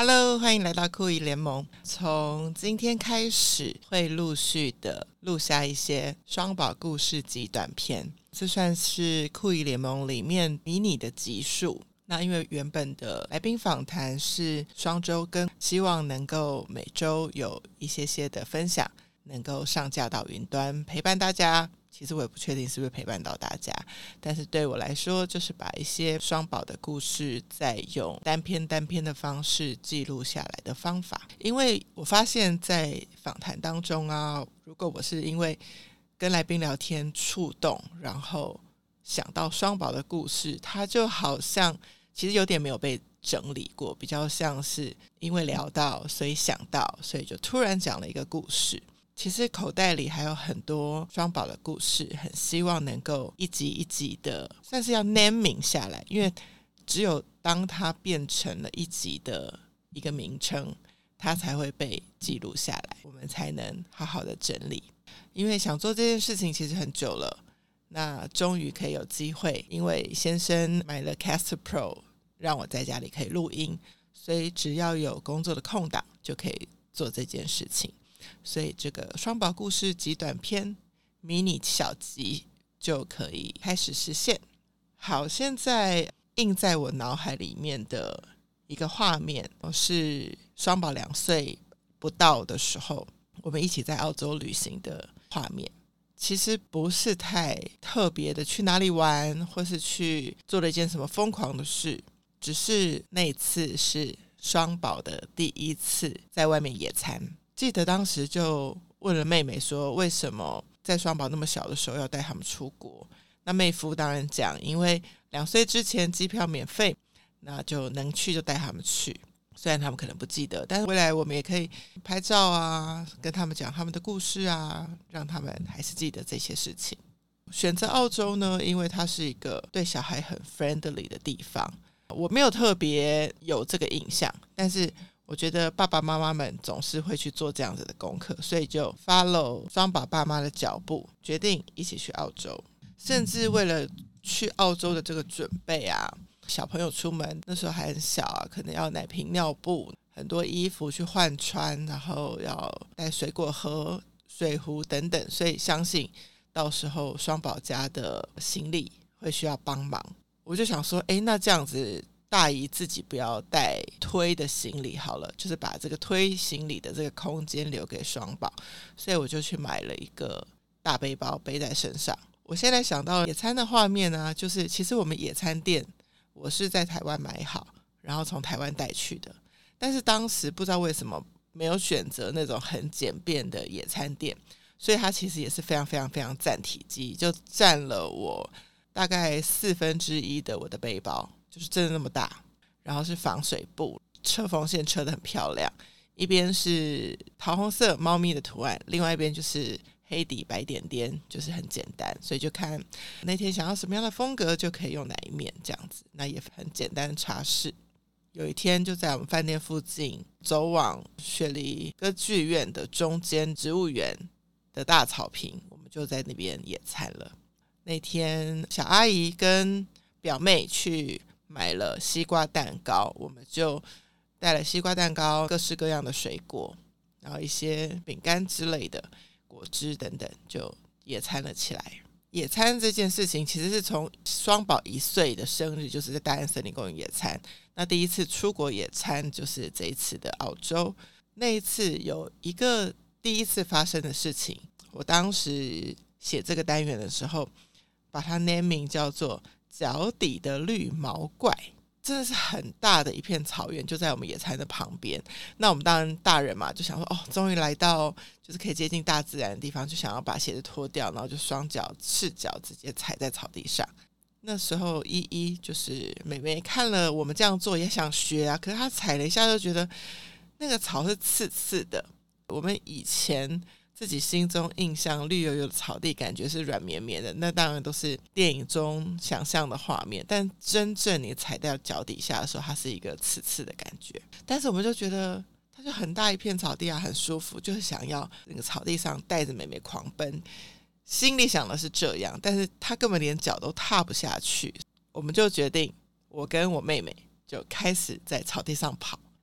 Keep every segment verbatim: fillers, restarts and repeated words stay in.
Hello， 欢迎来到酷姨联盟。从今天开始会陆续的录下一些双宝故事及短片，这算是酷姨联盟里面迷你的集数。那因为原本的来宾访谈是双周更，希望能够每周有一些些的分享能够上架到云端陪伴大家。其实我也不确定是不是陪伴到大家，但是对我来说就是把一些双宝的故事再用单篇单篇的方式记录下来的方法。因为我发现在访谈当中啊，如果我是因为跟来宾聊天触动，然后想到双宝的故事，它就好像其实有点没有被整理过，比较像是因为聊到所以想到，所以就突然讲了一个故事。其实口袋里还有很多双宝的故事，很希望能够一集一集的算是要 naming 下来，因为只有当它变成了一集的一个名称，它才会被记录下来，我们才能好好的整理。因为想做这件事情其实很久了，那终于可以有机会，因为先生买了 Caster Pro 让我在家里可以录音，所以只要有工作的空档就可以做这件事情，所以这个双宝故事及短篇迷你小集就可以开始实现。好，现在印在我脑海里面的一个画面是双宝两岁不到的时候，我们一起在澳洲旅行的画面。其实不是太特别的去哪里玩，或是去做了一件什么疯狂的事，只是那一次是双宝的第一次在外面野餐。记得当时就问了妹妹说，为什么在双宝那么小的时候要带他们出国？那妹夫当然讲，因为两岁之前机票免费，那就能去就带他们去。虽然他们可能不记得，但是未来我们也可以拍照啊，跟他们讲他们的故事啊，让他们还是记得这些事情。选择澳洲呢，因为它是一个对小孩很 friendly 的地方，我没有特别有这个印象，但是我觉得爸爸妈妈们总是会去做这样子的功课，所以就 follow 双宝爸妈的脚步，决定一起去澳洲。甚至为了去澳洲的这个准备啊，小朋友出门那时候还很小啊，可能要奶瓶尿布，很多衣服去换穿，然后要带水果盒、水壶等等，所以相信到时候双宝家的行李会需要帮忙。我就想说，诶，那这样子大姨自己不要带推的行李好了，就是把这个推行李的这个空间留给双宝，所以我就去买了一个大背包背在身上。我现在想到野餐的画面呢、啊，就是其实我们野餐垫我是在台湾买好，然后从台湾带去的，但是当时不知道为什么没有选择那种很简便的野餐垫，所以它其实也是非常非常非常占体积，就占了我大概四分之一的我的背包，就是真的那么大，然后是防水布，车缝线车得很漂亮，一边是桃红色猫咪的图案，另外一边就是黑底白点点，就是很简单，所以就看那天想要什么样的风格就可以用哪一面这样子，那也很简单的茶室。有一天就在我们饭店附近走往雪梨歌剧院的中间植物园的大草坪，我们就在那边野餐了。那天小阿姨跟表妹去买了西瓜蛋糕，我们就带了西瓜蛋糕、各式各样的水果，然后一些饼干之类的果汁等等，就野餐了起来。野餐这件事情其实是从双宝一岁的生日，就是在大安森林公园野餐，那第一次出国野餐就是这一次的澳洲。那一次有一个第一次发生的事情，我当时写这个单元的时候把它 naming 叫做脚底的绿毛怪，真的是很大的一片草原，就在我们野餐的旁边。那我们当然大人嘛，就想说哦，终于来到就是可以接近大自然的地方，就想要把鞋子脱掉，然后就双脚赤脚直接踩在草地上。那时候依依就是妹妹看了我们这样做也想学啊，可是她踩了一下就觉得那个草是刺刺的。我们以前自己心中印象绿油油的草地感觉是软绵绵的，那当然都是电影中想象的画面，但真正你踩到脚底下的时候它是一个刺刺的感觉。但是我们就觉得它就很大一片草地啊，很舒服，就是想要那个草地上带着妹妹狂奔，心里想的是这样，但是她根本连脚都踏不下去。我们就决定我跟我妹妹就开始在草地上跑，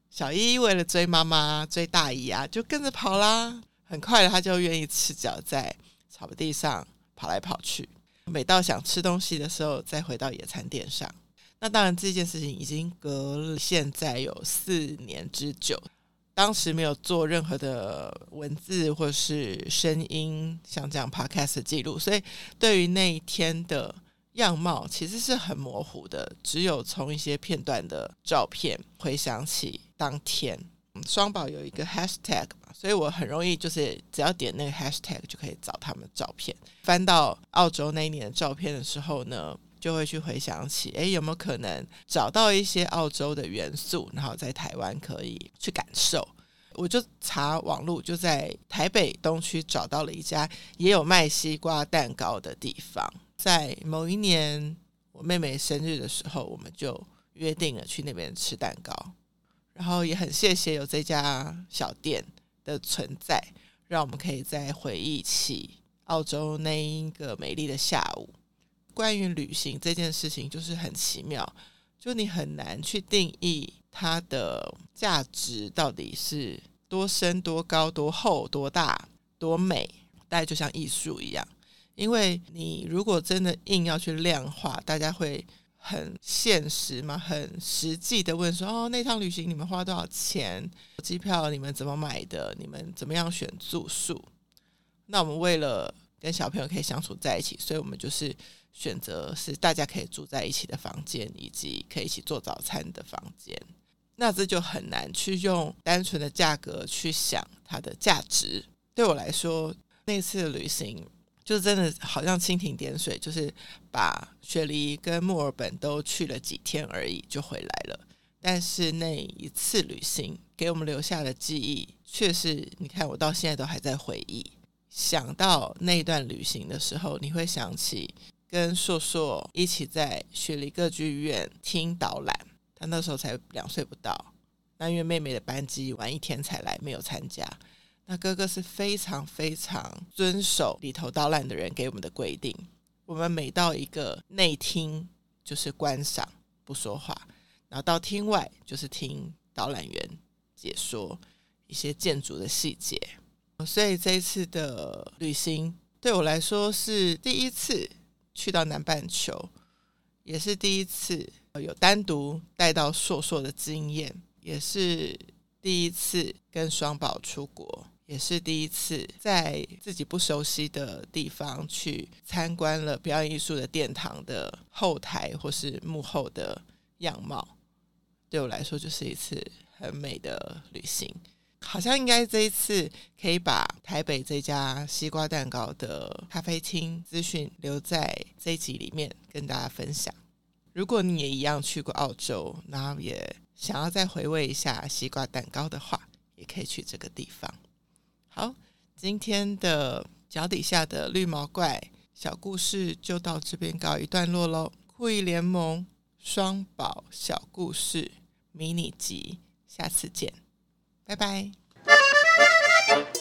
小依为了追妈妈追大姨啊，就跟着跑啦。很快的他就愿意赤脚在草地上跑来跑去，每到想吃东西的时候再回到野餐垫上。那当然这件事情已经隔了现在有四年之久，当时没有做任何的文字或是声音像这样 podcast 的记录，所以对于那一天的样貌其实是很模糊的，只有从一些片段的照片回想起当天。双宝有一个 hashtag 嘛，所以我很容易就是只要点那个 hashtag 就可以找他们的照片。翻到澳洲那一年的照片的时候呢，就会去回想起诶有没有可能找到一些澳洲的元素，然后在台湾可以去感受。我就查网路，就在台北东区找到了一家也有卖西瓜蛋糕的地方。在某一年我妹妹生日的时候，我们就约定了去那边吃蛋糕，然后也很谢谢有这家小店的存在，让我们可以再回忆起澳洲那一个美丽的下午。关于旅行这件事情就是很奇妙，就你很难去定义它的价值到底是多深多高多厚多大多美，大概就像艺术一样。因为你如果真的硬要去量化，大家会很现实嘛，很实际的问说，哦，那趟旅行你们花多少钱？机票你们怎么买的？你们怎么样选住宿？那我们为了跟小朋友可以相处在一起，所以我们就是选择是大家可以住在一起的房间，以及可以一起做早餐的房间。那这就很难去用单纯的价格去想它的价值。对我来说，那次的旅行就真的好像蜻蜓点水，就是把雪梨跟墨尔本都去了几天而已就回来了。但是那一次旅行给我们留下的记忆，却是你看我到现在都还在回忆。想到那段旅行的时候，你会想起跟硕硕一起在雪梨歌剧院听导览，他那时候才两岁不到，那因为妹妹的班机晚一天才来，没有参加。那哥哥是非常非常遵守里头导览的人给我们的规定，我们每到一个内厅就是观赏不说话，然后到厅外就是听导览员解说一些建筑的细节。所以这一次的旅行对我来说是第一次去到南半球，也是第一次有单独带到硕硕的经验，也是第一次跟双宝出国，也是第一次在自己不熟悉的地方去参观了表演艺术的殿堂的后台或是幕后的样貌。对我来说就是一次很美的旅行。好像应该这一次可以把台北这家西瓜蛋糕的咖啡厅资讯留在这一集里面跟大家分享。如果你也一样去过澳洲，然后也想要再回味一下西瓜蛋糕的话，也可以去这个地方。好，今天的脚底下的绿毛怪小故事就到这边告一段落咯。酷艺联盟双宝小故事迷你集，下次见，拜拜。